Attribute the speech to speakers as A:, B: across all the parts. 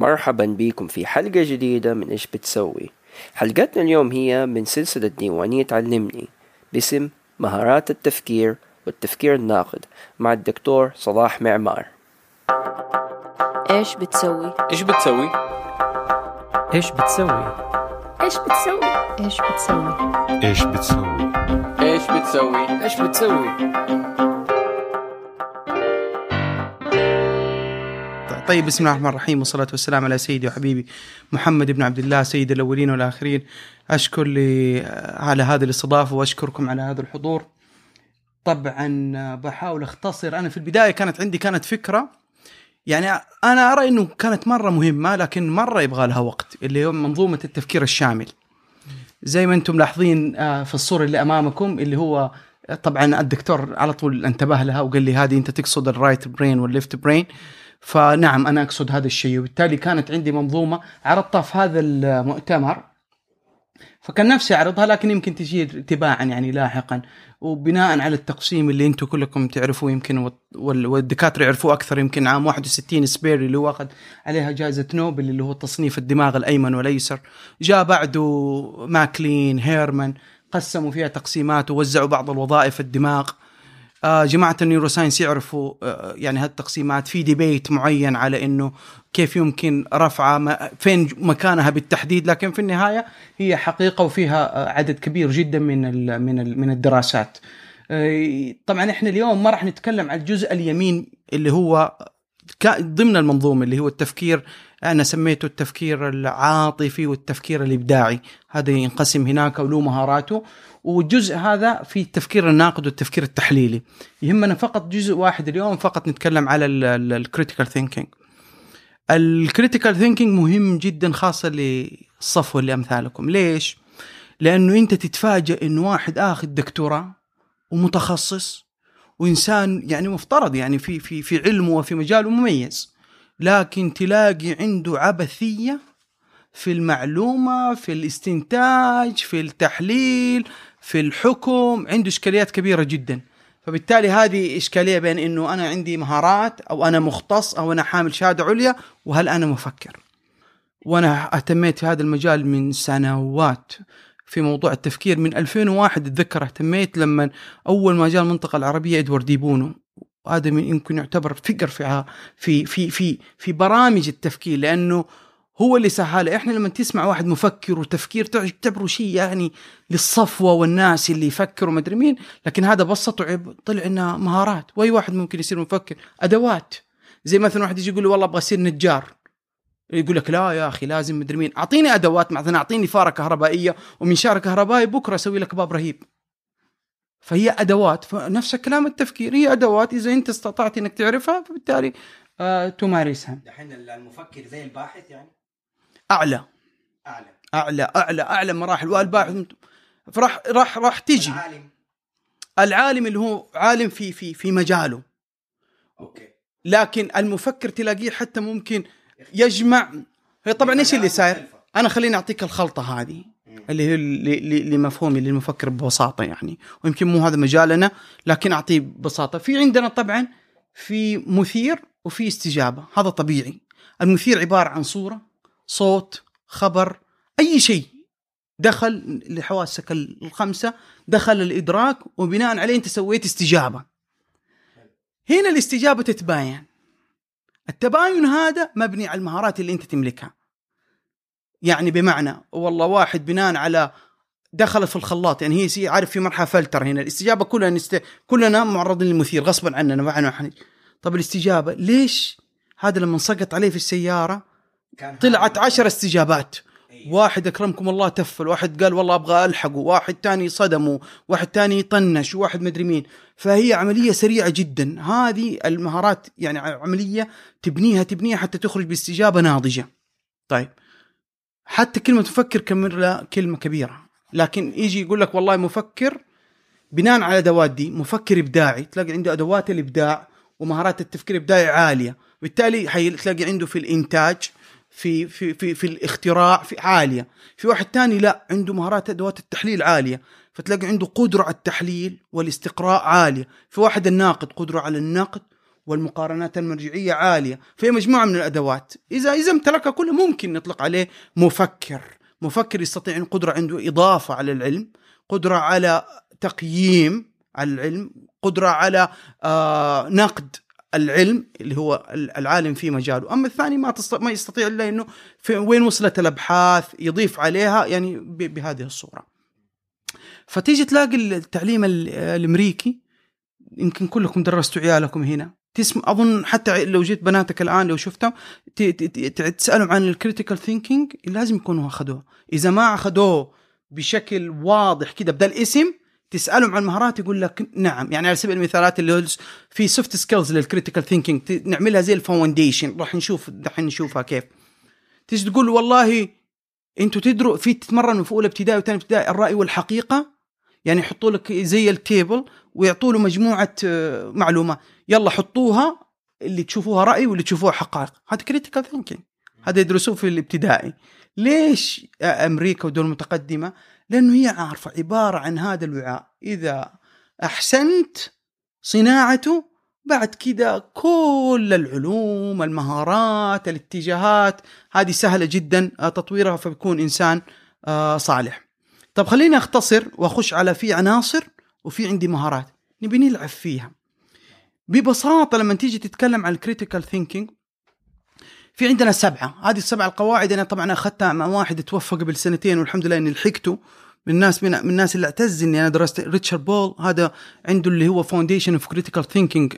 A: مرحبا بكم في حلقة جديدة من إيش بتسوي. حلقتنا اليوم هي من سلسلة ديوانية علمني باسم مهارات التفكير والتفكير الناقد مع الدكتور صلاح معمار.
B: إيش بتسوي؟
C: إيش بتسوي؟
D: إيش بتسوي؟
B: إيش بتسوي؟ إيش بتسوي؟
D: إيش بتسوي؟
C: إيش بتسوي؟
A: إيش بتسوي؟
E: طيب، بسم الله الرحمن الرحيم، والصلاة والسلام على سيدي وحبيبي محمد بن عبد الله سيد الأولين والآخرين. أشكر لي على هذه الاستضافة وأشكركم على هذا الحضور. طبعا بحاول أختصر. أنا في البداية كانت فكرة، يعني أنا أرى أنه كانت مرة مهمة، لكن مرة يبغى لها وقت، اللي هو منظومة التفكير الشامل. زي ما أنتم لاحظين في الصورة اللي أمامكم، اللي هو طبعا الدكتور على طول انتبه لها وقال لي هذه أنت تقصد الرايت برين والليفت برين. فنعم أنا أقصد هذا الشيء، وبالتالي كانت عندي منظومة عرضتها في هذا المؤتمر، فكان نفسي أعرضها، لكن يمكن تجي تباعا يعني لاحقا، وبناء على التقسيم اللي أنتم كلكم تعرفوه يمكن، والدكاترة يعرفوه أكثر. يمكن عام 61 سبيري اللي واخذ عليها جائزة نوبل، اللي هو تصنيف الدماغ الأيمن والأيسر، جاء بعده ماكلين، هيرمان، قسموا فيها تقسيمات ووزعوا بعض الوظائف الدماغ. جماعة النيوروساينس يعرفوا يعني هالتقسيمات. في ديبيت معين على إنه كيف يمكن رفعها، فين مكانها بالتحديد، لكن في النهاية هي حقيقة وفيها عدد كبير جدا من الدراسات. طبعا إحنا اليوم ما راح نتكلم عن الجزء اليمين اللي هو ضمن المنظومة، اللي هو التفكير. أنا سميته التفكير العاطفي والتفكير الإبداعي. هذا ينقسم هناك وله مهاراته، والجزء هذا في التفكير الناقد والتفكير التحليلي. يهمنا فقط جزء واحد اليوم، فقط نتكلم على الكريتيكال ثينكينج. الكريتيكال ثينكينج مهم جدا، خاصة للصفوة اللي أمثالكم. ليش؟ لأنه أنت تتفاجأ إنه واحد آخذ دكتوراه ومتخصص وإنسان يعني مفترض يعني في علمه وفي مجاله مميز، لكن تلاقي عنده عبثية في المعلومة، في الاستنتاج، في التحليل، في الحكم، عنده إشكاليات كبيرة جدا. فبالتالي هذه إشكالية بين إنه أنا عندي مهارات، أو أنا مختص، أو أنا حامل شهادة عليا، وهل أنا مفكر. وأنا اهتميت في هذا المجال من سنوات في موضوع التفكير. من 2001 أتذكر اهتميت لما أول ما جاء المنطقة العربية إدوارد دي بونو. هذا يمكن يعتبر فكر في برامج التفكير، لأنه هو اللي سهل. إحنا لما تسمع واحد مفكر وتفكير تعتبره شيء يعني للصفوة والناس اللي يفكروا مدري مين، لكن هذا بسط وعب، طلع لنا مهارات. وأي واحد ممكن يصير مفكر. أدوات، زي مثلا واحد يجي يقول لي والله أبغى أصير نجار، يقول لك لا يا أخي لازم مدري مين. أعطيني أدوات، مثلا أعطيني فارة كهربائية، ومن شارة كهربائي بكرة أسوي لك باب رهيب. فهي أدوات. فنفس كلام التفكير، هي أدوات إذا أنت استطعت إنك تعرفها فبالتالي تمارسها.
F: دحين المفكر زي الباحث يعني
E: أعلى مراحل. والباحث راح تيجي العالم اللي هو عالم في مجاله.
F: أوكي.
E: لكن المفكر تلاقيه حتى ممكن يجمع. هي طبعا إيش اللي صاير؟ أنا خليني أعطيك الخلطة هذه اللي هي لمفهومي للمفكر ببساطة يعني، ويمكن مو هذا مجالنا لكن أعطيه ببساطة. في عندنا طبعا في مثير وفي استجابة، هذا طبيعي. المثير عبارة عن صورة، صوت، خبر، أي شيء دخل لحواسك الخمسة، دخل الإدراك، وبناء عليه أنت سويت استجابة. هنا الاستجابة تتباين. التباين هذا مبني على المهارات اللي أنت تملكها. يعني بمعنى والله واحد بناء على دخل في الخلاط، يعني هي عارف في مرحلة فلتر. هنا الاستجابة كلنا معرضين للمثير غصبا عننا معنا. طب الاستجابة ليش؟ هذا لما سقط عليه في السيارة طلعت 10 استجابات. واحد أكرمكم الله تفل، واحد قال والله أبغى ألحقه، واحد تاني صدمه، واحد تاني طنش، واحد مدري مين. فهي عملية سريعة جدا. هذه المهارات يعني عملية تبنيها حتى تخرج باستجابة ناضجة. طيب، حتى كلمة تفكر كلمة كبيرة، لكن يجي يقول لك والله مفكر بناء على أدوات دي مفكر إبداعي. تلاقي عنده أدوات الإبداع ومهارات التفكير الإبداعي عالية، بالتالي تلاقي عنده في الإنتاج، في الاختراع في عالية. في واحد تاني لا، عنده مهارات أدوات التحليل عالية، فتلاقي عنده قدرة على التحليل والاستقراء عالية. في واحد الناقد قدرة على النقد والمقارنات المرجعية عالية، في مجموعة من الأدوات. إذا امتلكها كله ممكن نطلق عليه مفكر يستطيع أن قدرة عنده إضافة على العلم، قدرة على تقييم على العلم، قدرة على نقد العلم اللي هو العالم في مجاله. أما الثاني ما يستطيع إلا أنه وين وصلت الأبحاث يضيف عليها، يعني بهذه الصورة. فتيجي تلاقي التعليم الأمريكي، يمكن كلكم درستوا عيالكم هنا، أظن حتى لو جيت بناتك الآن لو شفتهم تسألهم عن الكريتيكال ثينكينج لازم يكونوا أخذوه. إذا ما أخذوه بشكل واضح كده بدل اسم، تسألهم عن مهارات يقول لك نعم. يعني على سبيل المثالات اللي في سوفت سكيلز للكريتيكال ثينكينج نعملها زي الفاونديشن، راح نشوفها كيف. تيجي تقول والله انتوا تدروا في تتمرنوا في اولى ابتدائي وثاني ابتدائي الرأي والحقيقة، يعني يحطوا لك زي التيبل ويعطوا له مجموعة معلومة، يلا حطوها اللي تشوفوها رأي واللي تشوفوها حقائق. هذا كريتيكال ثينكينج، هذا يدرسوه في الابتدائي. ليش أمريكا ودول متقدمة؟ لأنه هي عارفة عبارة عن هذا الوعاء، إذا أحسنت صناعته بعد كده كل العلوم المهارات الاتجاهات هذه سهلة جدا تطويرها، فبيكون إنسان صالح. طب خليني أختصر وأخش على في عناصر وفي عندي مهارات نبي نلعب فيها ببساطة. لما تيجي تتكلم عن الكريتيكال ثينكينج في عندنا 7. هذه ال7 القواعد أنا طبعا أخذتها مع واحد توفى قبل 2 والحمد لله إني لحقته من الناس اللي اعتز إني أنا درست. ريتشارد بول هذا عنده اللي هو Foundation of Critical Thinking،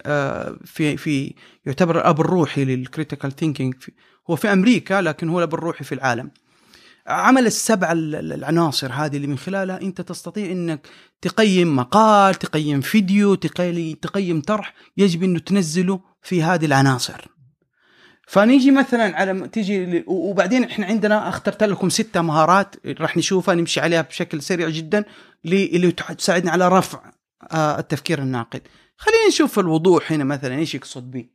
E: في يعتبر الأب الروحي للكريتيكال ثينكينج، هو في أمريكا لكن هو الأب الروحي في العالم. عمل ال7 العناصر هذه اللي من خلالها أنت تستطيع إنك تقيم مقال، تقيم فيديو، تقيم طرح، يجب إنه تنزله في هذه العناصر. فنيجي مثلا على تيجي وبعدين احنا عندنا اخترت لكم 6 مهارات راح نشوفها نمشي عليها بشكل سريع جدا اللي تساعدنا على رفع التفكير الناقد. خلينا نشوف الوضوح هنا مثلا ايش يقصد به.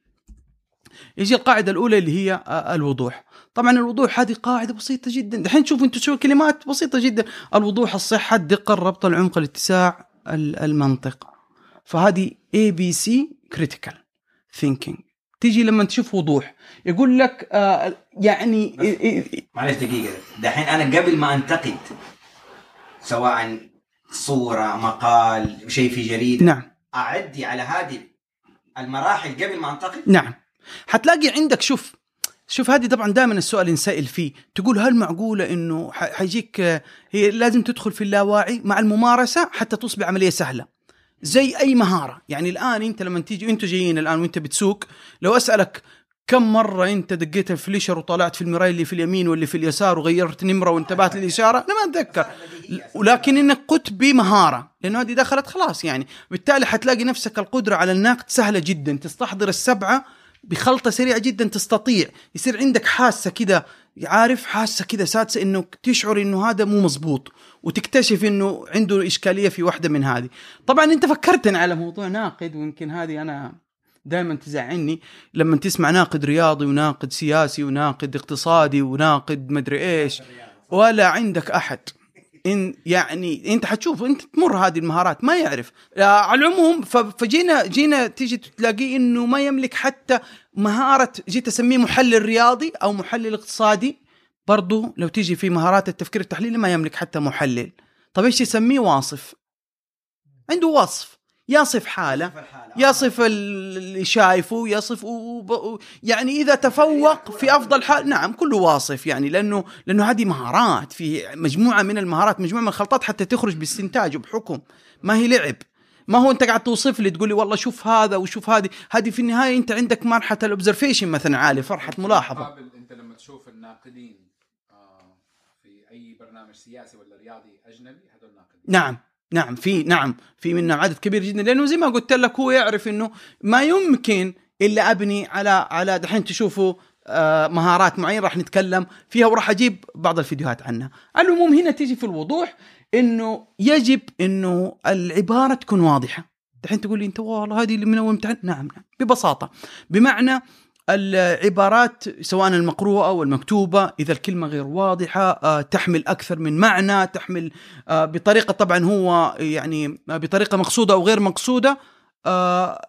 E: يجي القاعدة الأولى اللي هي الوضوح. طبعا الوضوح هذه قاعدة بسيطة جدا، الحين تشوفوا انتم شو كلمات بسيطة جدا. الوضوح، الصحة، الدقة، الربط، العمق، الاتساع، المنطق. فهذه ABC critical thinking. تيجي لما تشوف وضوح يقول لك يعني
F: معلش دقيقة، دحين أنا قبل ما أنتقد سواء صورة مقال شيء في جريدة،
E: نعم،
F: أعدي على هذه المراحل قبل ما أنتقد.
E: نعم، حتلاقي عندك شوف هذه طبعا دائما السؤال ينسأل فيه، تقول هل معقولة إنه حيجيك هي لازم تدخل في اللاواعي مع الممارسة حتى تصبح عملية سهلة زي أي مهارة. يعني الآن أنت لما تيجي أنتوا جايين الآن وأنت بتسوق، لو أسألك كم مرة أنت دقيت الفليشر وطلعت في المراية اللي في اليمين واللي في اليسار وغيرت نمرة وانتبهت للإشارة، أنا ما أتذكر، ولكن إنك قلت بمهارة لأنه هذه دخلت خلاص. يعني بالتالي حتلاقي نفسك القدرة على النقد سهلة جدا، تستحضر ال7 بخلطة سريعة جدا، تستطيع يصير عندك حاسة كده، عارف، حاسة كده سادسة إنه تشعر إنه هذا مو مزبوط، وتكتشف إنه عنده إشكالية في واحدة من هذه. طبعا أنت فكرتني على موضوع ناقد، ويمكن هذه أنا دائما تزعلني لما تسمع ناقد رياضي وناقد سياسي وناقد اقتصادي وناقد مدري إيش، ولا عندك أحد يعني أنت حتشوف أنت تمر هذه المهارات ما يعرف. على العموم فجينا تيجي تلاقي إنه ما يملك حتى مهارة، جيت أسميه محلل رياضي أو محلل اقتصادي، برضو لو تيجي في مهارات التفكير التحليلي ما يملك حتى محلل. طب إيش يسميه؟ واصف، عنده وصف، يصف حالة، يصف اللي شايفه، يصف يعني إذا تفوق في أفضل حال، نعم كله واصف. يعني لأنه هذه مهارات، في مجموعة من المهارات، مجموعة من الخلطات حتى تخرج باستنتاج وبحكم، ما هي لعب. ما هو أنت قاعد توصف لي تقول لي والله شوف هذا وشوف هذه في النهاية أنت عندك مرحلة الأوبزرفيشن مثلا عالي، فرحة ملاحظة.
G: أنت لما تشوف الناقدين في أي برنامج سياسي ولا رياضي أجنبي هذول ناقدين.
E: نعم في منهم عدد كبير جدا، لأنه زي ما قلت لك هو يعرف إنه ما يمكن إلا أبني على دحين تشوفوا مهارات معينة راح نتكلم فيها وراح أجيب بعض الفيديوهات عنها. المهم هنا تيجي في الوضوح إنه يجب إنه العبارة تكون واضحة. دحين تقول لي أنت والله هذه اللي من أول امتحان، نعم ببساطة، بمعنى العبارات سواء المقروءة أو المكتوبة إذا الكلمة غير واضحة تحمل أكثر من معنى، تحمل بطريقة طبعا هو يعني بطريقة مقصودة أو غير مقصودة،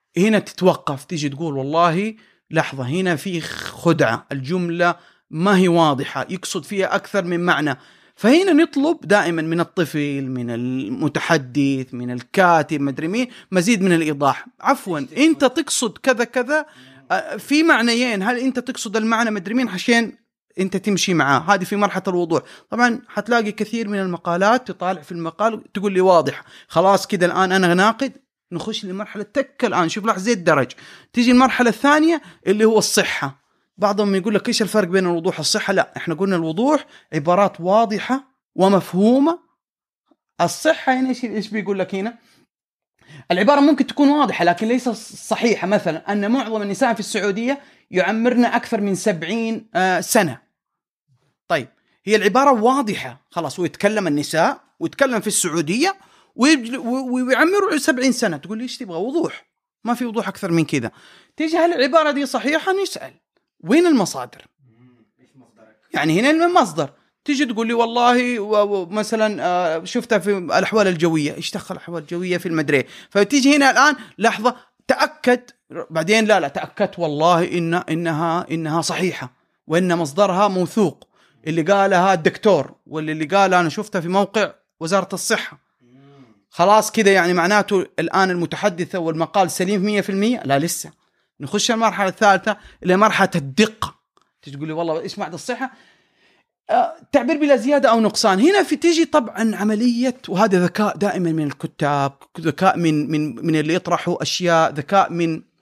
E: هنا تتوقف، تيجي تقول والله لحظة، هنا في خدعة، الجملة ما هي واضحة، يقصد فيها أكثر من معنى. فهنا نطلب دائما من الطفل، من المتحدث، من الكاتب، مدري مين، مزيد من الإيضاح. عفوا أنت تقصد كذا كذا في معنيين، هل أنت تقصد المعنى مدري مين عشان أنت تمشي معاه؟ هذه في مرحلة الوضوح. طبعا حتلاقي كثير من المقالات تطالع في المقال تقول لي واضح، خلاص كده الآن أنا ناقد، نخش لمرحلة تك الآن. شوف لاحظ زي الدرج. تيجي المرحلة الثانية اللي هو الصحة. بعضهم يقول لك إيش الفرق بين الوضوح والصحة؟ لا، إحنا قلنا الوضوح عبارات واضحة ومفهومة. الصحة هنا إيش بيقول لك هنا؟ العبارة ممكن تكون واضحة لكن ليس صحيحة. مثلا أن معظم النساء في السعودية يعمرن أكثر من 70 سنة. طيب هي العبارة واضحة خلاص، ويتكلم النساء ويتكلم في السعودية ويعمروا 70 سنة. تقول لي إيش تبغى؟ وضوح. ما في وضوح أكثر من كذا. تيجي هل العبارة دي صحيحة؟ نسأل وين المصادر؟ يعني هنا المصدر. تيجي تقول لي والله مثلا شفتها في الأحوال الجوية، إيش دخل الأحوال الجوية في المدري؟ فتيجي هنا الآن لحظة تأكد، بعدين لا تأكدت والله إنها صحيحة وإن مصدرها موثوق، اللي قالها الدكتور واللي قالها أنا شفتها في موقع وزارة الصحة. خلاص كده يعني معناته الآن المتحدثة والمقال سليم 100%؟ لا، لسه نخش المرحلة الثالثة اللي مرحلة الدقة. تقول لي والله إيش معنى الصحة؟ تعبير بلا زيادة أو نقصان. هنا في تيجي طبعا عملية، وهذا ذكاء دائما من الكتاب، ذكاء من اللي يطرحوا أشياء، ذكاء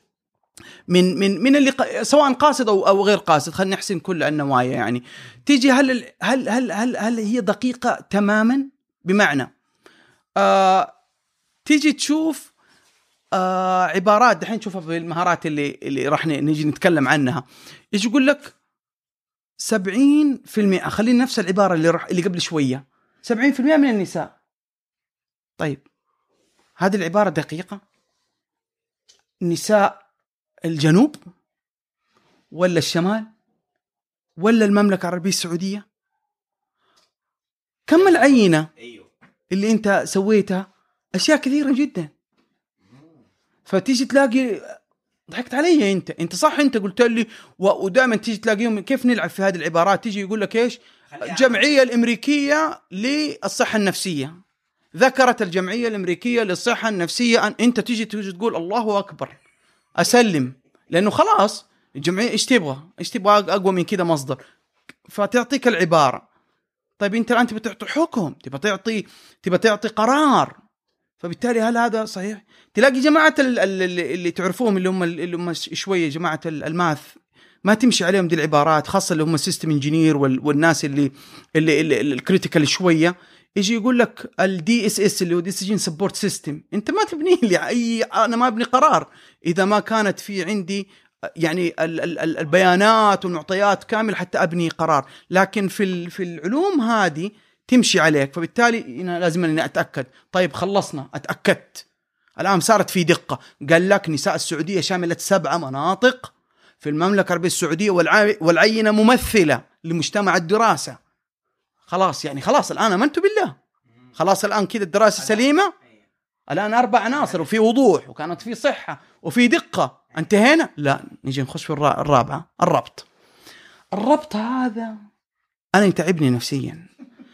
E: من اللي سواء قاصد أو غير قاصد. خلينا نحسن كل النوايا. يعني تيجي هل هي دقيقة تماما؟ بمعنى تيجي تشوف عبارات دحين تشوفها في المهارات اللي راح نيجي نتكلم عنها. يجي يقول لك 70%، خلينا نفس العبارة اللي قبل شوية، 70% من النساء. طيب هذه العبارة دقيقة؟ نساء الجنوب ولا الشمال ولا المملكة العربية السعودية؟ كم العينة اللي انت سويتها؟ أشياء كثيرة جدا. فتيجي تلاقي ضحكت علي انت صح، انت قلت لي ودائما تيجي تلاقيهم كيف نلعب في هذه العبارات. تيجي يقول لك ايش؟ الجمعية الامريكية للصحة النفسية ذكرت الجمعية الامريكية للصحة النفسية انت تيجي تقول الله اكبر، اسلم، لانه خلاص الجمعية ايش تبغى اقوى من كده مصدر، فتعطيك العبارة. طيب انت الان تبي تعطي حكم، تبي تعطي قرار، فبالتالي هل هذا صحيح؟ تلاقي جماعة اللي تعرفوهم اللي هم شوية جماعة الماث ما تمشي عليهم دي العبارات، خاصة اللي هم السيستم انجينير والناس اللي الكريتيكال شوية. يجي يقول لك الDSS اللي هو ديسيجن سبورت سيستم، انت ما تبني لي انا ما ابني قرار اذا ما كانت في عندي يعني البيانات والمعطيات كامل حتى ابني قرار. لكن في العلوم هذه تمشي عليك، فبالتالي أنا لازم أني أتأكد. طيب خلصنا، أتأكدت، الآن صارت في دقة. قال لك نساء السعودية شاملة 7 مناطق في المملكة العربية السعودية والعينة ممثلة لمجتمع الدراسة. خلاص يعني خلاص الآن أمنت بالله، خلاص الآن كده الدراسة سليمة، الآن 4 عناصر وفي وضوح وكانت في صحة وفي دقة، انتهينا. لا، نيجي نخش في الرابعة، الربط هذا أنا يتعبني نفسيا،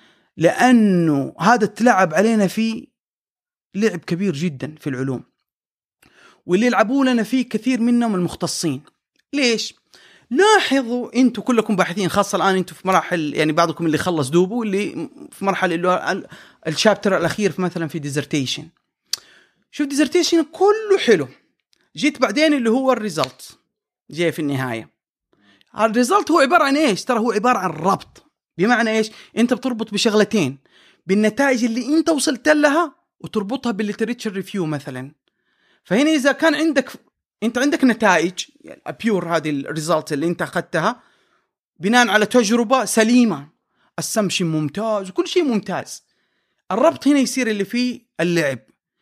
E: لأنه هذا تلعب علينا فيه لعب كبير جدا في العلوم، واللي يلعبوا لنا فيه كثير منهم المختصين. ليش؟ لاحظوا أنتم كلكم باحثين، خاصة الآن أنتم في مراحل، يعني بعضكم اللي خلص دوبه واللي في مرحلة اللي الشابتر الأخير في مثلا في ديزرتيشن. شوف ديزرتيشن كله حلو، جيت بعدين اللي هو الريزلت جاي في النهاية. الريزلت هو عبارة عن إيش؟ ترى هو عبارة عن ربط. بمعنى إيش؟ أنت بتربط بشغلتين، بالنتائج اللي أنت وصلت لها وتربطها بالليتريتشر ريفيو مثلا. فهنا إذا كان أنت عندك نتائج بيور، هذه الريزلت اللي أنت أخذتها بناء على تجربة سليمة، السمشن ممتاز وكل شيء ممتاز، الربط هنا يصير اللي فيه اللعب.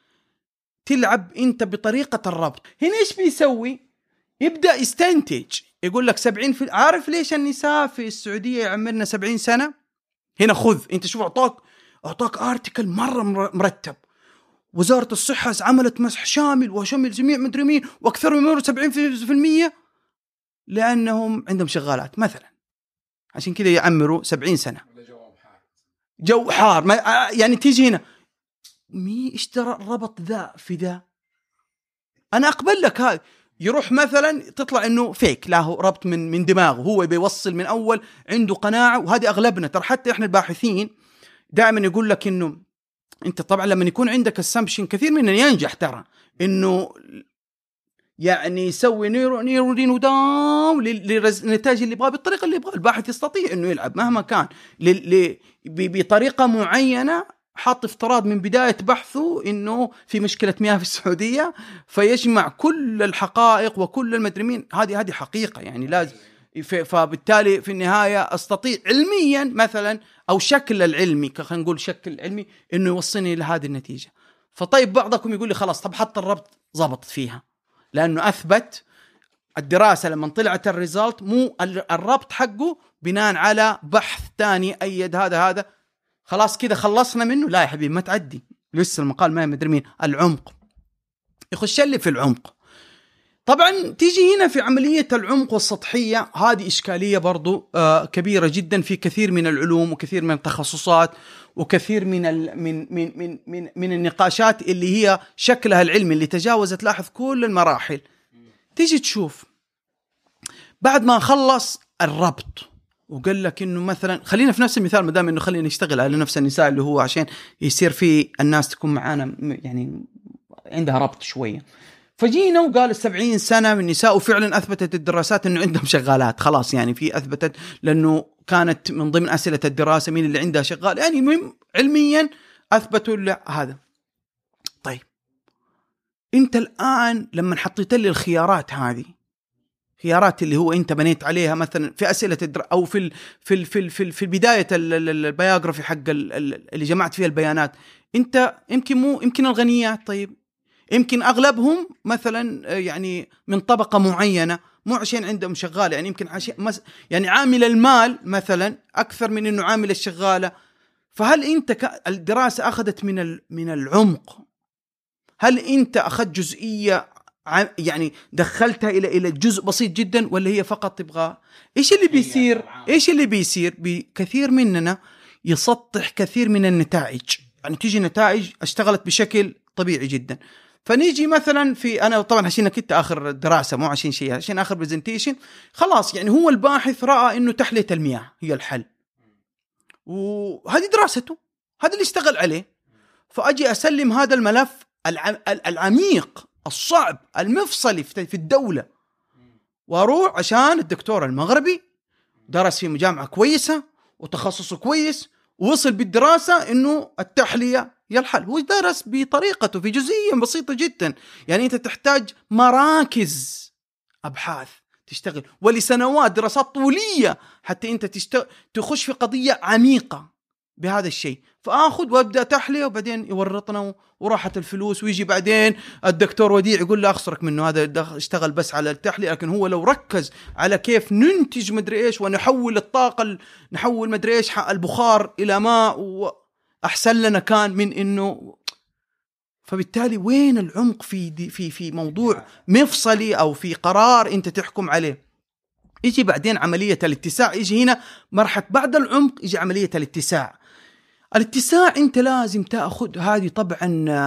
E: تلعب أنت بطريقة الربط. هنا إيش بيسوي؟ يبدأ يستنتج، يقول لك 70%. عارف ليش النساء في السعودية يعمرنا 70 سنة؟ هنا خذ انت شوف، اعطاك ارتكل مرة مرتب، وزارة الصحة عملت مسح شامل وشمل جميع مدري مين وأكثر من 70% لأنهم عندهم شغالات مثلا، عشان كذا يعمروا 70 سنة. جو حار يعني تيجي هنا إيش ترى ربط ذا في ذا؟ أنا أقبل لك هذا. يروح مثلا تطلع إنه فيك، لا هو ربط من دماغه، هو بيوصل من أول، عنده قناعة. وهذه أغلبنا ترى، حتى إحنا الباحثين دائما يقول لك إنه أنت طبعا لما يكون عندك السامبشن، كثير مننا ينجح ترى إنه يعني يسوي نيرو داون للنتائج اللي يبغاه بالطريقة اللي يبغاه. الباحث يستطيع إنه يلعب مهما كان بطريقة معينة، حاط افتراض من بداية بحثه إنه في مشكلة مياه في السعودية، فيجمع كل الحقائق وكل المدرمين. هذه حقيقة يعني لازم. فبالتالي في النهاية أستطيع علميا مثلا، أو شكل العلمي، خلينا نقول شكل علمي، إنه يوصلني لهذه النتيجة. فطيب بعضكم يقول لي خلاص، طب حط الربط ضبط فيها، لأنه أثبت الدراسة لما طلعت الريزالت مو الربط حقه بناء على بحث تاني أيد هذا خلاص كده خلصنا منه. لا يا حبيبي، ما تعدي، لسه المقال ما مدري مين. العمق يخش لي في العمق. طبعا تيجي هنا في عملية العمق والسطحية، هذه إشكالية برضو كبيرة جدا في كثير من العلوم وكثير من التخصصات وكثير من النقاشات اللي هي شكلها العلمي اللي تجاوزت لاحظ كل المراحل. تيجي تشوف بعد ما خلص الربط وقال لك إنه مثلا، خلينا في نفس المثال مدام إنه خلينا نشتغل على نفس النساء اللي هو عشان يصير في الناس تكون معانا يعني عندها ربط شوية. فجينا وقال 70 سنة من النساء، وفعلا أثبتت الدراسات إنه عندهم شغالات خلاص، يعني في أثبتت، لأنه كانت من ضمن أسئلة الدراسة مين اللي عندها شغال، يعني مهم علميا أثبتوا هذا. طيب أنت الآن لما حطيت لي الخيارات هذه، خيارات اللي هو أنت بنيت عليها مثلا في أسئلة أو في بداية البيوغرافي حق اللي جمعت فيها البيانات، أنت يمكن الغنيات، طيب يمكن أغلبهم مثلا يعني من طبقة معينة، مو عشان عندهم شغالة، يعني يمكن يعني عامل المال مثلا أكثر من إنه عامل الشغالة. فهل أنت الدراسة أخذت من العمق؟ هل أنت أخذت جزئية يعني دخلتها إلى جزء بسيط جدا، ولا هي فقط تبغى إيش اللي بيصير بكثير مننا يسطح كثير من النتائج. يعني تيجي نتائج اشتغلت بشكل طبيعي جدا، فنيجي مثلا في أنا طبعا عشان كنت آخر دراسة، مو عشان شيء، عشان آخر برزنتيشن، خلاص يعني هو الباحث رأى إنه تحلية المياه هي الحل، وهذه دراسته، هذا اللي اشتغل عليه. فأجي أسلم هذا الملف العميق الصعب المفصلي في الدولة، وأروح عشان الدكتور المغربي درس في مجامعة كويسة وتخصصه كويس، ووصل بالدراسة إنه التحلية هي الحل. هو درس بطريقته في جزئية بسيطة جدا. يعني أنت تحتاج مراكز أبحاث تشتغل ولسنوات دراسات طولية حتى أنت تخش في قضية عميقة بهذا الشيء. فآخذ وابدأ تحلية، وبعدين يورطنا وراحت الفلوس، ويجي بعدين الدكتور وديع يقول لا أخسرك منه، هذا اشتغل بس على التحلية، لكن هو لو ركز على كيف ننتج مدري إيش ونحول الطاقة، نحول مدري إيش البخار إلى ماء، وأحسن لنا كان من إنه. فبالتالي وين العمق في موضوع مفصلي أو في قرار أنت تحكم عليه؟ يجي بعدين عملية الاتساع، يجي هنا مرحلة بعد العمق، يجي عملية الاتساع. أنت لازم تأخذ هذه طبعا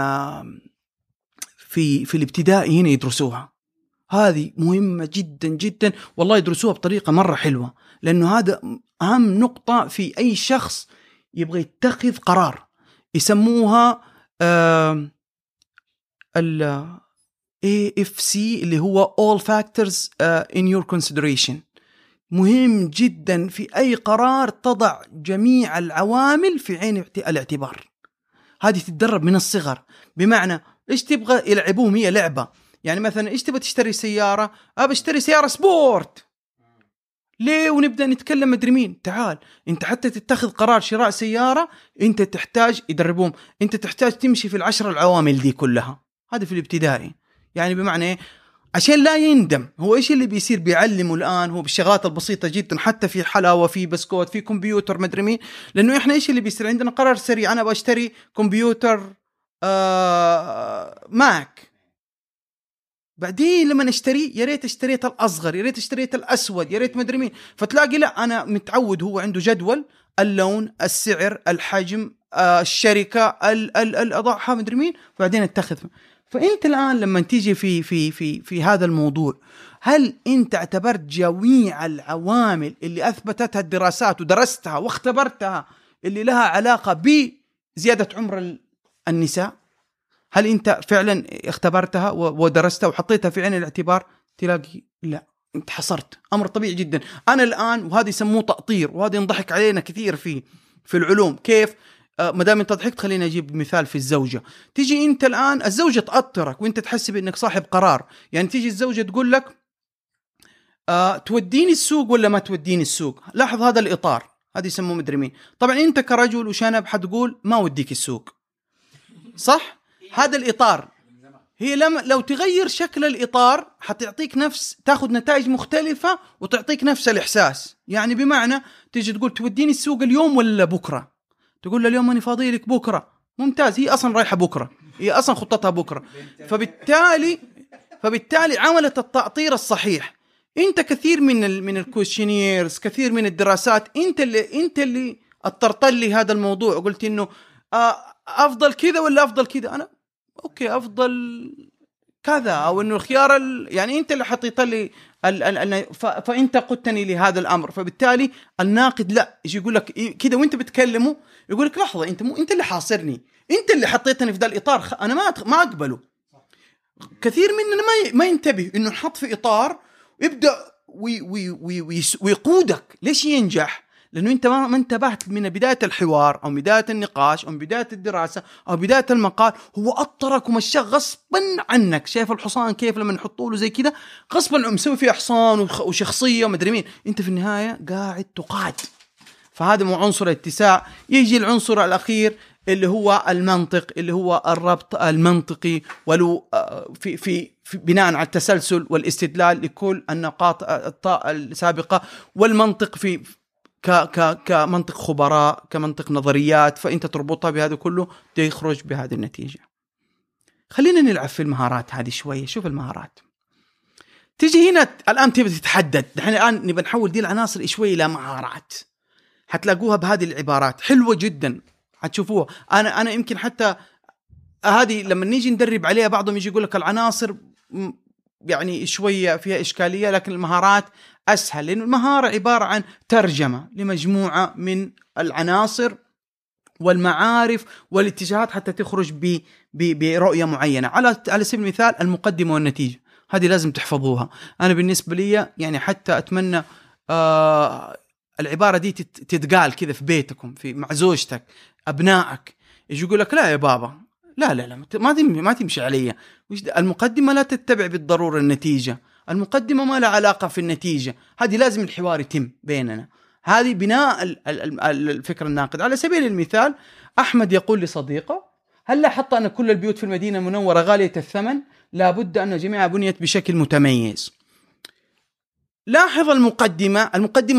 E: في الابتدائي هنا يدرسوها، هذه مهمة جدا جدا والله، يدرسوها بطريقة مرة حلوة، لأنه هذا أهم نقطة في أي شخص يبغى يتخذ قرار. يسموها AFC اللي هو All Factors in Your Consideration. مهم جدا في أي قرار تضع جميع العوامل في عين الاعتبار. هذه تتدرب من الصغر، بمعنى إيش تبغى يلعبوهم هي لعبة. يعني مثلا إيش تبغى تشتري سيارة؟ أبى اشتري سيارة سبورت، ليه؟ ونبدأ نتكلم مدري مين. تعال أنت حتى تتخذ قرار شراء سيارة، أنت تحتاج يدربوهم، أنت تحتاج تمشي في 10 العوامل دي كلها. هذا في الابتدائي. يعني بمعنى عشان لا يندم. هو إيش اللي بيصير بيعلمه الآن؟ هو بالشغلات البسيطة جدا، حتى في حلاوة، في بسكوت، في كمبيوتر مدري مين. لأنه إحنا إيش اللي بيصير عندنا قرار سريع، أنا بشتري كمبيوتر ماك، بعدين لما اشتري يا ريت اشتريت الاصغر، يا ريت اشتريت الاسود، يا ريت ما ادري مين، فتلاقي لا انا متعود هو عنده جدول اللون، السعر، الحجم، الشركه، الاضاحه، ما ادري مين، وبعدين اتخذ. فانت الان لما تيجي في هذا الموضوع، هل انت اعتبرت جميع العوامل اللي اثبتتها الدراسات ودرستها واختبرتها اللي لها علاقه بزياده عمر النساء؟ هل انت فعلا اختبرتها ودرستها وحطيتها في عين الاعتبار؟ تلاقي لا، انت حصرت. امر طبيعي جدا. انا الان، وهذا يسموه تأطير، وهذا ينضحك علينا كثير في العلوم. كيف؟ ما دام انت ضحكت خليني اجيب مثال في الزوجه. تيجي انت الان الزوجه تأطرك وانت تحسب انك صاحب قرار، يعني تيجي الزوجه تقول لك توديني السوق ولا ما توديني السوق. لاحظ هذا الاطار، هذا يسموه مدري مين. طبعا انت كرجل وشنب حتقول ما وديك السوق، صح؟ هذا الإطار. هي لو تغير شكل الإطار حتعطيك تاخذ نتائج مختلفة وتعطيك نفس الإحساس. يعني بمعنى تيجي تقول توديني السوق اليوم ولا بكرة، تقول له اليوم أنا فاضي لك بكرة، ممتاز، هي أصلا رايحة بكرة، هي أصلا خطتها بكرة. فبالتالي عملت التأطير الصحيح. أنت كثير من الكويشنيرز، كثير من الدراسات، أنت اللي اضطرت لي هذا الموضوع وقلت إنه أفضل كذا ولا أفضل كذا. أنا أوكي أفضل كذا، أو إنه الخيار يعني أنت اللي حطيت لي فأنت قدتني لهذا الأمر. فبالتالي الناقد لا يجي يقول لك كذا وأنت بتكلمه، يقول لك لحظة، أنت اللي حاصرني، أنت اللي حطيتني في ذا الإطار، أنا ما أقبله. كثير مننا ما ينتبه إنه نحط في إطار يبدأ ويقودك. ليش ينجح؟ لأنه أنت ما انتبهت من بداية الحوار أو بداية النقاش أو بداية الدراسة أو بداية المقال. هو أطرك ومشاك غصبا عنك. شايف الحصان كيف لما نحطوا له زي كده غصبا مسوي فيه حصان وشخصية ومدري مين، أنت في النهاية قاعد تقاد. فهذا مو عنصر الاتساع. يجي العنصر الأخير اللي هو المنطق، اللي هو الربط المنطقي، ولو في بناء على التسلسل والاستدلال لكل النقاط السابقة، والمنطق كمنطق خبراء، كمنطق نظريات، فأنت تربطها بهذا كله يخرج بهذه النتيجة. خلينا نلعب في المهارات هذه شوية. شوف المهارات تيجي هنا الآن تبي تتحدد. نحن الآن نبي نحول دي العناصر شوية إلى مهارات، حتلاقوها بهذه العبارات حلوة جدا، حتشوفوها. أنا يمكن حتى هذه لما نيجي ندرب عليها بعضهم يجي يقول لك العناصر يعني شوية فيها إشكالية، لكن المهارات أسهل، لأن المهارة عبارة عن ترجمة لمجموعة من العناصر والمعارف والاتجاهات حتى تخرج برؤية معينة. على سبيل المثال المقدمة والنتيجة، هذه لازم تحفظوها. أنا بالنسبة لي يعني حتى أتمنى العبارة دي تتقال كذا في بيتكم، مع زوجتك، أبنائك، يجي يقول لك لا يا بابا، لا ما تمشي عليا. المقدمة لا تتبع بالضرورة النتيجة، المقدمة ما لها علاقة في النتيجة. هذه لازم الحوار يتم بيننا. هذه بناء الفكر الناقد. على سبيل المثال أحمد يقول لصديقه: هل لاحظت أن كل البيوت في المدينة المنورة غالية الثمن؟ لابد أن جميعها بنيت بشكل متميز. لاحظ المقدمة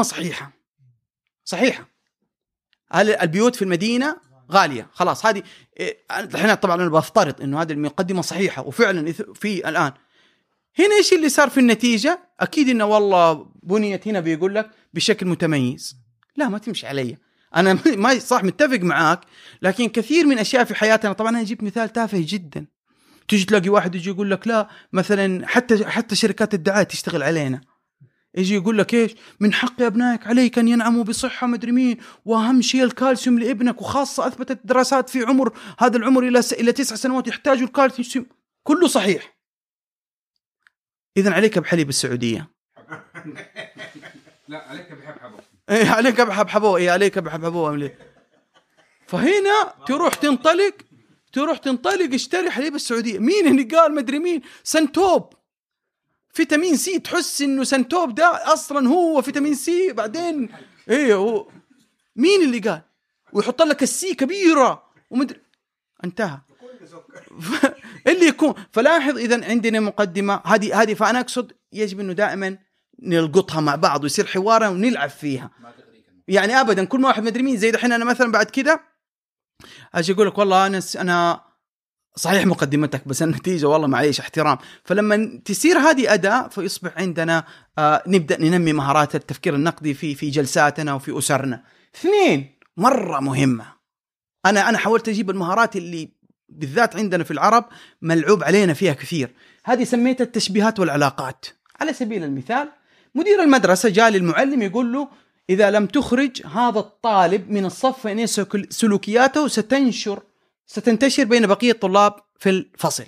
E: صحيحة. هل البيوت في المدينة غالية؟ خلاص، هذه الحين طبعا أنا بفترض إنه هذه المقدمة صحيحة، وفعلا في الآن هنا إيش اللي صار في النتيجة؟ أكيد إنه والله بنيت هنا بيقول لك بشكل متميز. لا، ما تمشي علي. أنا ما صح متفق معاك، لكن كثير من أشياء في حياتنا، طبعا أنا أجيب مثال تافه جدا، تيجي تلاقي واحد يجي يقول لك لا مثلا حتى شركات الدعاية تشتغل علينا، يجي يقول لك إيش؟ من حق أبنائك عليك أن ينعموا بصحة مدري مين، وأهم شيء الكالسيوم لابنك، وخاصة أثبتت دراسات في هذا العمر إلى 9 سنوات يحتاجوا الكالسيوم. كله صحيح. إذن عليك بحليب السعودية.
G: لا، عليك بحبحبه.
E: إيه عليك بحبحبه. إيه عليك بحبحبه. فهنا تروح تنطلق اشتري حليب السعودية. مين اللي قال؟ مدري مين. سنتوب، فيتامين سي. تحس إنه سنتوب ده أصلاً هو فيتامين سي. بعدين إيه مين اللي قال؟ ويحط لك السي كبيرة ومدري، انتهى. اللي يكون. فلاحظ إذن عندنا مقدمة هذه فأنا أقصد يجب إنه دائما نلقطها مع بعض ويصير حوارا ونلعب فيها. يعني أبدا كل ما واحد مدري مين زي دحين أنا مثلا بعد كده أجي أقول لك والله أنا صحيح مقدمتك بس النتيجة والله معليش احترام. فلما تصير هذه أداة فيصبح عندنا نبدأ ننمي مهارات التفكير النقدي في جلساتنا وفي أسرنا. 2 مرة مهمة، أنا حاولت أجيب المهارات اللي بالذات عندنا في العرب ملعوب علينا فيها كثير، هذه سميتها التشبيهات والعلاقات. على سبيل المثال مدير المدرسة جاء للمعلم يقول له إذا لم تخرج هذا الطالب من الصف فإن سلوكياته ستنتشر بين بقية الطلاب في الفصل،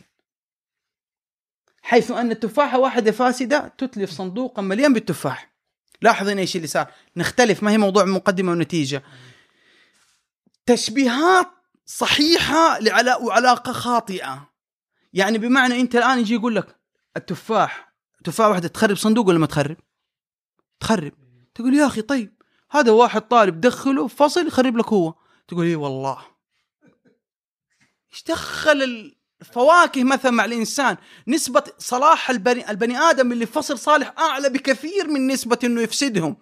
E: حيث أن التفاحة واحدة فاسدة تتلف صندوقا مليان بالتفاح. لاحظ هنا إيش اللي صار، نختلف، ما هي موضوع مقدمة ونتيجة. تشبيهات صحيحة وعلاقة خاطئة. يعني بمعنى أنت الآن يجي يقول لك تفاحة واحدة تخرب صندوق ولا ما تخرب؟ تخرب. تقول يا أخي طيب هذا واحد طالب دخله في فصل يخرب لك هو. تقول إيه والله. إيش دخل الفواكه مثلا مع الإنسان؟ نسبة صلاح البني آدم اللي في فصل صالح أعلى بكثير من نسبة إنه يفسدهم.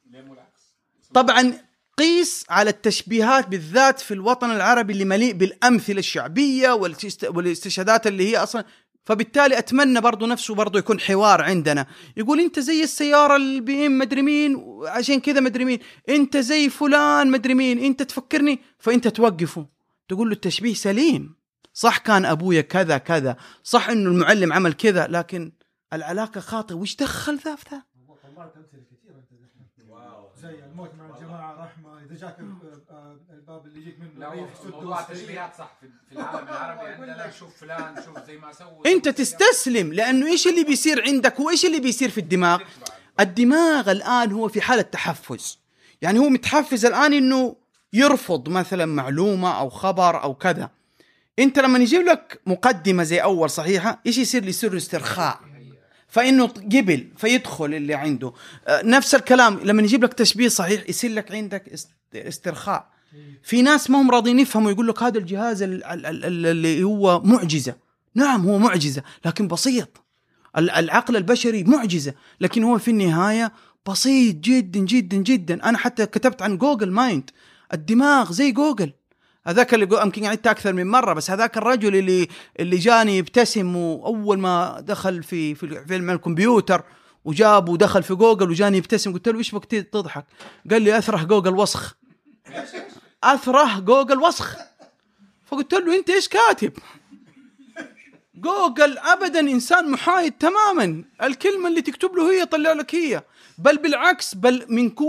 E: طبعا قيس على التشبيهات بالذات في الوطن العربي اللي مليء بالأمثلة الشعبية والاستشهادات اللي هي أصلا. فبالتالي أتمنى برضو نفسه برضو يكون حوار عندنا، يقول أنت زي السيارة البي إم مدري مين عشان كذا مدري مين، أنت زي فلان مدري مين، أنت تفكرني، فأنت توقفه تقول له التشبيه سليم، صح كان أبويا كذا كذا، صح إنه المعلم عمل كذا، لكن العلاقة خاطئة. وش دخل ذا في ذا؟
H: طلعت أمثلة كثيرة زي الموت مع الجماعة رحمة، إذا جاك الباب اللي يجيك منه
G: موضوع التشبيهات صح في العالم العربي عندنا. شوف فلان، شوف زي ما سوى،
E: أنت تستسلم، لأنه إيش اللي بيصير عندك وإيش اللي بيصير في الدماغ. الدماغ الآن هو في حالة تحفز، يعني هو متحفز الآن إنه يرفض مثلا معلومة أو خبر أو كذا. أنت لما يجيب لك مقدمة زي أول صحيحة، إيش يصير؟ يصير استرخاء، فإنه قبل فيدخل اللي عنده. نفس الكلام لما يجيب لك تشبيه صحيح يصير لك عندك استرخاء. في ناس ما هم راضين يفهموا، يقول لك هذا الجهاز اللي هو معجزة. نعم هو معجزة لكن بسيط. العقل البشري معجزة لكن هو في النهاية بسيط جدا جدا جدا. أنا حتى كتبت عن جوجل مايند، الدماغ زي جوجل. هذاك اللي يمكن عدت أكثر من مرة، بس هذاك الرجل اللي جاني يبتسم وأول ما دخل في علم الكمبيوتر وجاب ودخل في جوجل وجاني يبتسم، قلت له إيش بك تضحك؟ قال لي أثره جوجل وسخ. أثره جوجل وسخ. فقلت له أنت إيش كاتب؟ جوجل أبدا إنسان محايد تماما، الكلمة اللي تكتب له هي يطلع لك هي، بل بالعكس، بل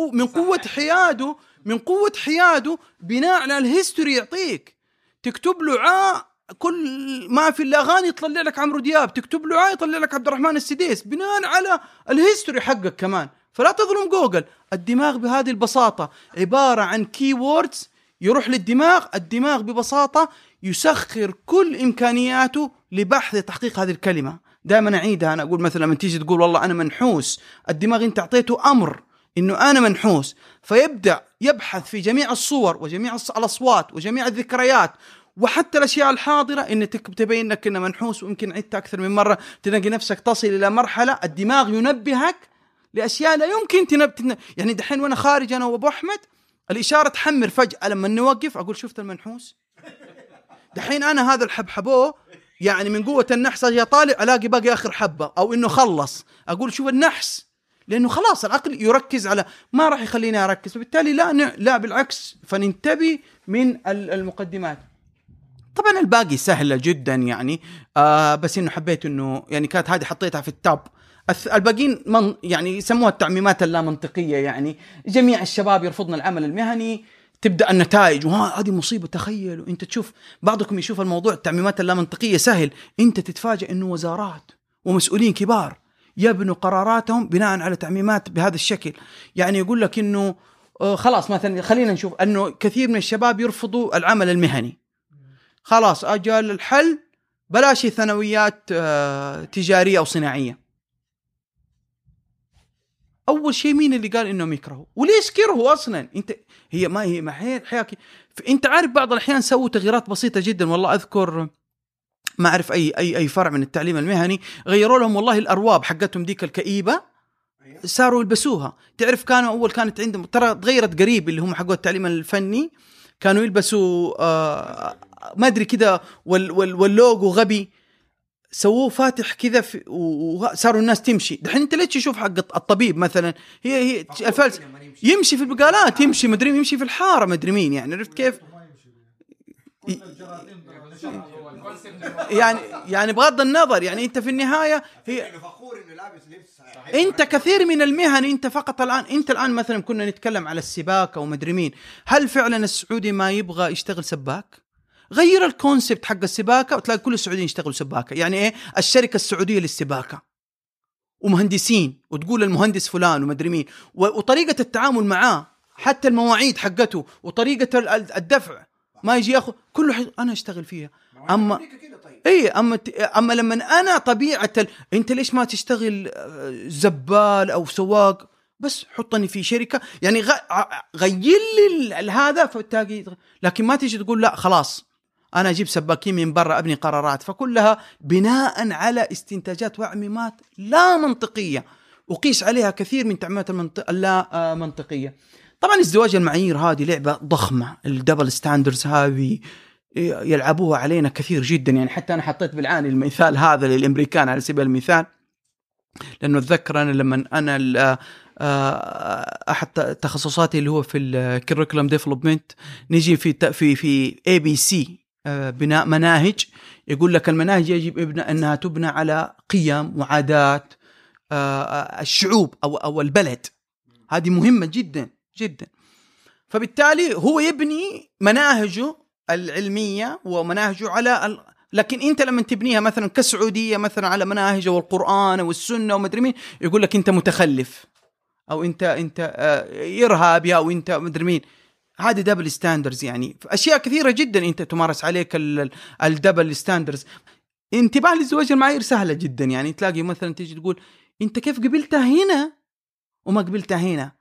E: من قوة حياده بناء على الهيستوري يعطيك. تكتب له كل ما في الأغاني يطلع لك عمرو دياب، تكتب له يطلع لك عبد الرحمن السديس بناء على الهيستوري حقك كمان. فلا تظلم جوجل. الدماغ بهذه البساطة عبارة عن كي ووردز يروح للدماغ، الدماغ ببساطة يسخر كل إمكانياته لبحث تحقيق هذه الكلمة. دائما أعيدها، أنا أقول مثلا من تيجي تقول والله أنا منحوس، الدماغ أنت أعطيته أمر إنه أنا منحوس، فيبدأ يبحث في جميع الصور وجميع الأصوات وجميع الذكريات وحتى الأشياء الحاضرة إن تبين لك إنه منحوس. ويمكن عدت أكثر من مرة تلاقي نفسك تصل إلى مرحلة الدماغ ينبهك لأشياء لا يمكن يعني دحين وأنا خارج أنا وأبو أحمد الإشارة تحمر فجأة، لما نوقف أقول شفت المنحوس. دحين أنا هذا الحبحبوه يعني من قوة النحس أجي طالع ألاقي باقي آخر حبة أو إنه خلص، أقول شوف النحس، لأنه خلاص العقل يركز على ما راح يخليني أركز، وبالتالي لا بالعكس. فننتبه من المقدمات. طبعا الباقي سهلة جدا يعني، بس إنه حبيت إنه يعني كانت هذه حطيتها في التاب. الباقين يعني يسموها التعميمات اللا منطقية، يعني جميع الشباب يرفضون العمل المهني، تبدأ النتائج وهذه مصيبة. تخيلوا أنت تشوف بعضكم يشوف الموضوع التعميمات اللا منطقية سهل، أنت تتفاجأ إنه وزارات ومسؤولين كبار يبنوا قراراتهم بناء على تعميمات بهذا الشكل. يعني يقول لك إنه خلاص مثلا خلينا نشوف إنه كثير من الشباب يرفضوا العمل المهني، خلاص أجل الحل بلاش ثانويات تجارية أو صناعية. أول شيء مين اللي قال إنهم يكرهوا؟ وليش كرهوا أصلاً؟ أنت هي ما هي حياك. أنت عارف بعض الأحيان سووا تغييرات بسيطة جدا. والله أذكر ما أعرف أي فرع من التعليم المهني غيروا لهم والله الأرواب حقتهم ديك الكئيبة صاروا يلبسوها. تعرف كانوا أول كانت عندهم ترى تغيرت قريب اللي هم حقوا التعليم الفني، كانوا يلبسوا ما ادري كذا واللوجو غبي، سووه فاتح كذا وصاروا الناس تمشي. دحين انت ليش تشوف حق الطبيب مثلا هي الفلسفه يمشي في البقالات، يمشي مدري يمشي في الحاره مدري مين، يعني عرفت كيف؟ يعني بغض النظر، يعني انت في النهايه هي انت كثير من المهن انت فقط انت الان مثلا كنا نتكلم على السباكه ومدري مين، هل فعلا السعودي ما يبغى يشتغل سباك؟ غير الكونسبت حق السباكه وتلاقي كل السعوديين يشتغلوا سباكه. يعني ايه الشركه السعوديه للسباكه ومهندسين، وتقول المهندس فلان ومدري مين، وطريقه التعامل معاه حتى المواعيد حقته وطريقه الدفع ما يجي ياخذ كله انا اشتغل فيها. اما اما لما انا طبيعه انت ليش ما تشتغل زبال او سواق؟ بس حطني في شركه، يعني غير لي هذا فتلاقي. لكن ما تيجي تقول لا خلاص انا اجيب سباكين من برا ابني قرارات، فكلها بناء على استنتاجات وعميمات لا منطقيه، وقيس عليها كثير من تعميمات اللا منطقيه. طبعا ازدواج المعايير هذه لعبه ضخمه، الدبل ستاندرز هذه يلعبوها علينا كثير جدا. يعني حتى انا حطيت بالعاني المثال هذا للامريكان على سبيل المثال، لانه اتذكر انا لما انا احد تخصصاتي اللي هو في الكريكولم ديفلوبمنت، نجي في ABC بناء مناهج، يقول لك المناهج يجب انها تبنى على قيم وعادات الشعوب او البلد. هذه مهمة جدا جدا. فبالتالي هو يبني مناهجه العلمية ومناهجه على لكن انت لما تبنيها مثلا كسعودية مثلا على مناهج والقرآن والسنة ومدري مين، يقول لك انت متخلف او انت ارهابي او انت مدري مين. هذه دبل ستاندرز، يعني اشياء كثيرة جدا انت تمارس عليك الدبل ستاندرز. انتباه لزواج المعايير سهلة جدا، يعني تلاقي مثلا تيجي تقول انت كيف قبلتها هنا وما قبلتها هنا.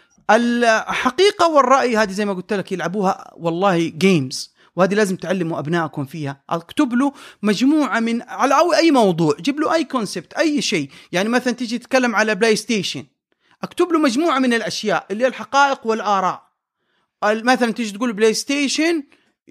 E: الحقيقة والرأي هذه زي ما قلت لك يلعبوها والله جيمز، وهذه لازم تعلموا أبنائكم فيها. اكتب له مجموعة من على أي موضوع، جيب له أي كونسبت أي شيء. يعني مثلا تيجي تتكلم على بلاي ستيشن، اكتب له مجموعة من الأشياء اللي هي الحقائق والآراء. مثلا تيجي تقول بلاي ستيشن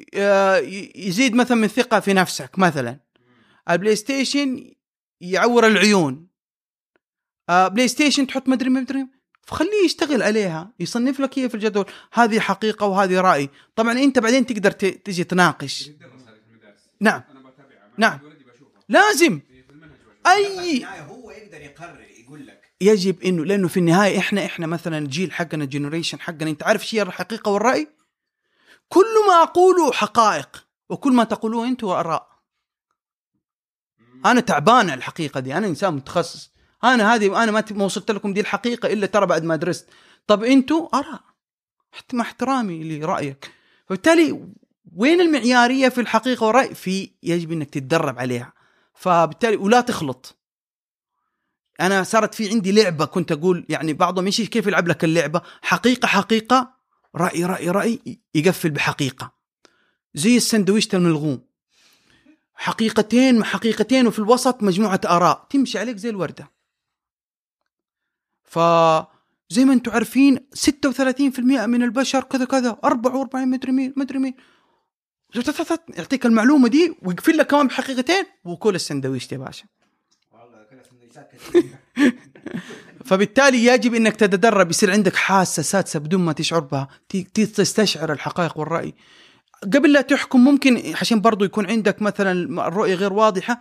E: يزيد مثلا من ثقة في نفسك، مثلا البلاي ستيشن يعور العيون، بلاي ستيشن تحط مدري فخليه يشتغل عليها، يصنف لك هي في الجدول. هذه حقيقة وهذه رأي. طبعا انت بعدين تقدر تيجي تناقش. نعم نعم لازم اي
F: هو يقدر يقرر يقول لك
E: يجب انه، لانه في النهاية احنا مثلا الجيل حقنا الجنريشن حقنا، انت عارف شيء الحقيقة والرأي؟ كل ما اقوله حقائق وكل ما تقولوه انتوا آراء. انا تعبان على الحقيقة دي، انا انسان متخصص، انا ما وصلت لكم دي الحقيقة الا ترى بعد ما درست. طب انتوا آراء، مع احترامي لرأيك. فبالتالي وين المعيارية في الحقيقة والرأي؟ يجب انك تتدرب عليها. فبالتالي ولا تخلط. انا صارت في عندي لعبة كنت اقول، يعني بعضهم يمشي كيف يلعب لك اللعبة، حقيقة رأي يقفل بحقيقة، زي السندويشة الملغوم، حقيقتين وفي الوسط مجموعة آراء تمشي عليك زي الوردة. فزي ما انتم عارفين 36% من البشر كذا 44 مدري مين يعطيك المعلومة دي ويقفل لك كمان بحقيقتين وكل السندويشة يا باشا.
F: والله كل السندويشات
E: فبالتالي يجب انك تتدرب، يصير عندك حاسة سادسة بدون ما تشعر بها، تستشعر الحقائق والرأي قبل لا تحكم. ممكن عشان برضو يكون عندك مثلا الرؤية غير واضحة،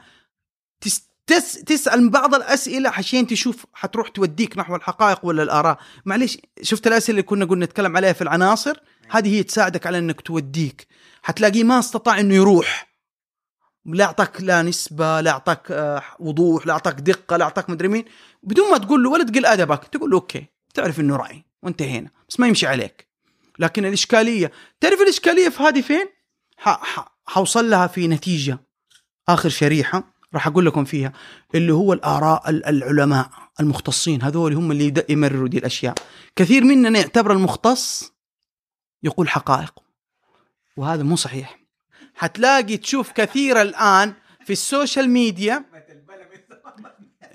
E: تسأل بعض الأسئلة عشان تشوف حتروح توديك نحو الحقائق ولا الآراء. معليش، شفت الأسئلة اللي كنا قلنا نتكلم عليها في العناصر، هذه هي تساعدك على أنك توديك. حتلاقيه ما استطاع أنه يروح، لا أعطاك لا نسبة، لا أعطاك وضوح، لا أعطاك دقة، لا أعطاك مدري مين، بدون ما تقول له ولا تقل أدبك، تقول له أوكي تعرف أنه رأي وانتهينا، بس ما يمشي عليك. لكن الإشكالية، تعرف الإشكالية في هذه فين؟ حوصل لها في نتيجة آخر شريحة راح أقول لكم فيها، اللي هو الآراء العلماء المختصين، هذول هم اللي يمرروا دي الأشياء. كثير مننا يعتبر المختص يقول حقائق، وهذا مو صحيح. حتلاقي تشوف كثير الآن في السوشيال ميديا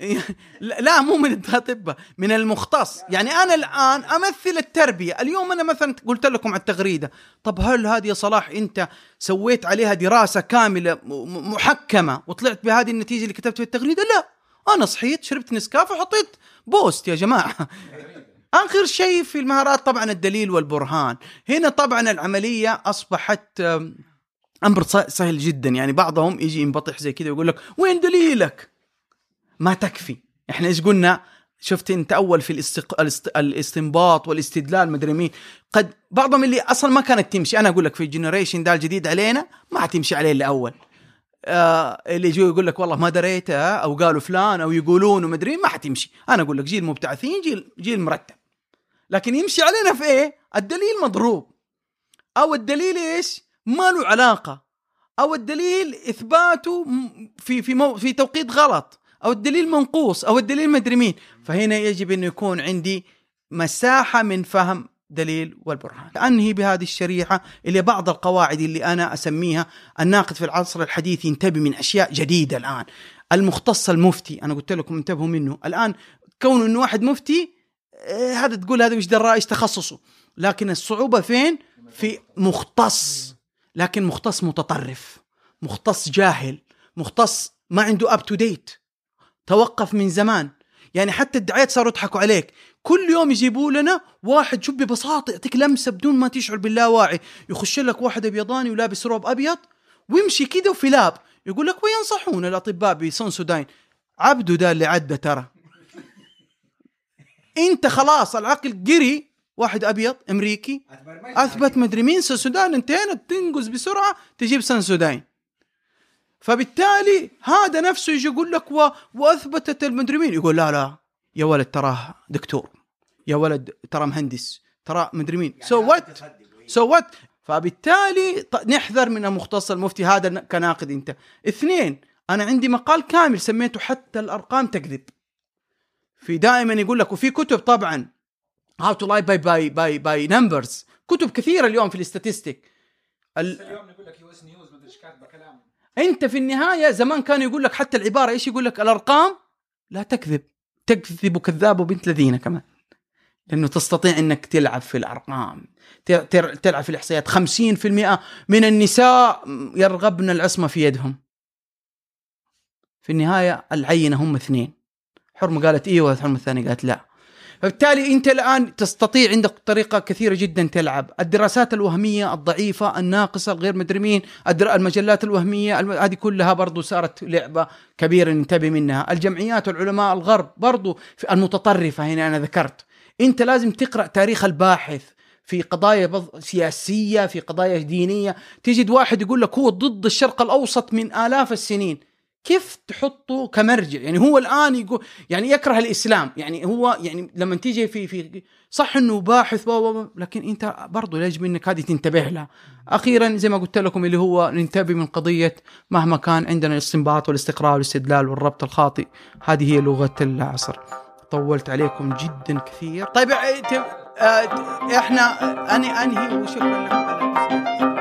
E: لا مو من الأطباء، من المختص. يعني أنا الآن أمثل التربية. اليوم أنا مثلا قلت لكم على التغريدة، طب هل هذه يا صلاح أنت سويت عليها دراسة كاملة محكمة وطلعت بهذه النتيجة اللي كتبت في التغريدة؟ لا، أنا صحيت شربت نسكافة وحطيت بوست يا جماعة. آخر شيء في المهارات طبعا الدليل والبرهان. هنا طبعا العملية أصبحت أمر سهل جدا. يعني بعضهم يجي ينبطح زي كذا ويقول لك وين دليلك؟ ما تكفي. إحنا إيش قلنا؟ شفت أنت أول في الاستنباط والاستدلال مدري مين، قد بعضهم اللي أصلا ما كانت تمشي. أنا أقول لك في الجنريشن ده الجديد علينا ما تمشي عليه الأول. اللي يجوا يقول لك والله ما دريته أو قالوا فلان أو يقولون ومدري ما حتمشي. أنا أقول لك جيل مبتعثين، جيل مرتب، لكن يمشي علينا في إيه؟ الدليل مضروب، أو الدليل إيش؟ ما له علاقة، أو الدليل إثباته في توقيت غلط، أو الدليل منقوص، أو الدليل مدري مين. فهنا يجب أن يكون عندي مساحة من فهم دليل والبرهان. أنهي بهذه الشريحة اللي بعض القواعد اللي أنا أسميها الناقد في العصر الحديث ينتبه من أشياء جديدة الآن. المختص المفتي، أنا قلت لكم انتبهوا منه. الآن كون أنه واحد مفتي هذا تقول هذا وش درى إيش تخصصه، لكن الصعوبة فين؟ في مختص، لكن مختص متطرف، مختص جاهل، مختص ما عنده up to date، توقف من زمان. يعني حتى الدعايات صاروا يضحكوا عليك، كل يوم يجيبوا لنا واحد شوف ببساطة يعطيك لمسة بدون ما تشعر باللاواعي. يخش لك واحد أبيضاني ولابس روب أبيض ويمشي كده وفي لاب يقول لك وينصحون الأطباء بسنسوداين. عبده ده اللي عدى ترى. انت خلاص العقل قري واحد أبيض أمريكي أثبت مدري مين سنسوداين، انتهينا، تنقز بسرعة تجيب سنسوداين. فبالتالي هذا نفسه يجي يقول لك وأثبتت المدري مين، يقول لا يا ولد تراه دكتور، يا ولد ترى مهندس، ترى مدري مين، so what. فبالتالي نحذر من المختص المفتي هذا كناقد. انت اثنين، أنا عندي مقال كامل سميته حتى الأرقام تكذب. في دائما يقول لك، وفي كتب طبعا how to lie by numbers، كتب كثيرة اليوم في الاستاتستيك.
G: اليوم نقول لك US نيوز ما ادري ايش كاتبه كلام.
E: انت في النهاية زمان كان يقول لك حتى العبارة ايش يقول لك؟ الأرقام لا تكذب، تكذب كذاب وبنت لذينه كمان، لأنه تستطيع أنك تلعب في الأرقام، تلعب في الإحصائيات. 50% من النساء يرغبن العصمة في يدهم. في النهاية العينة هم 2، حرمة قالت إيه والحرمة الثانية قالت لا. فبالتالي أنت الآن تستطيع عندك طريقة كثيرة جدا تلعب. الدراسات الوهمية الضعيفة الناقصة الغير مدرمين، المجلات الوهمية هذه كلها برضو صارت لعبة كبيرة ننتبه منها. الجمعيات والعلماء الغرب برضو المتطرفة. هنا أنا ذكرت أنت لازم تقرأ تاريخ الباحث في قضايا سياسية، في قضايا دينية. تجد واحد يقول لك هو ضد الشرق الأوسط من آلاف السنين، كيف تحطه كمرجع؟ يعني هو الآن يقول يعني يكره الإسلام، يعني هو يعني لما تيجي في صح إنه باحث لكن أنت برضو يجب إنك هذه تنتبه لها. أخيرا زي ما قلت لكم اللي هو ننتبه من قضية مهما كان عندنا الاستنباط والاستقراء والاستدلال والربط الخاطئ، هذه هي لغة العصر. طولت عليكم جدا كثير. طيب احنا أنهي وشكرا لكم.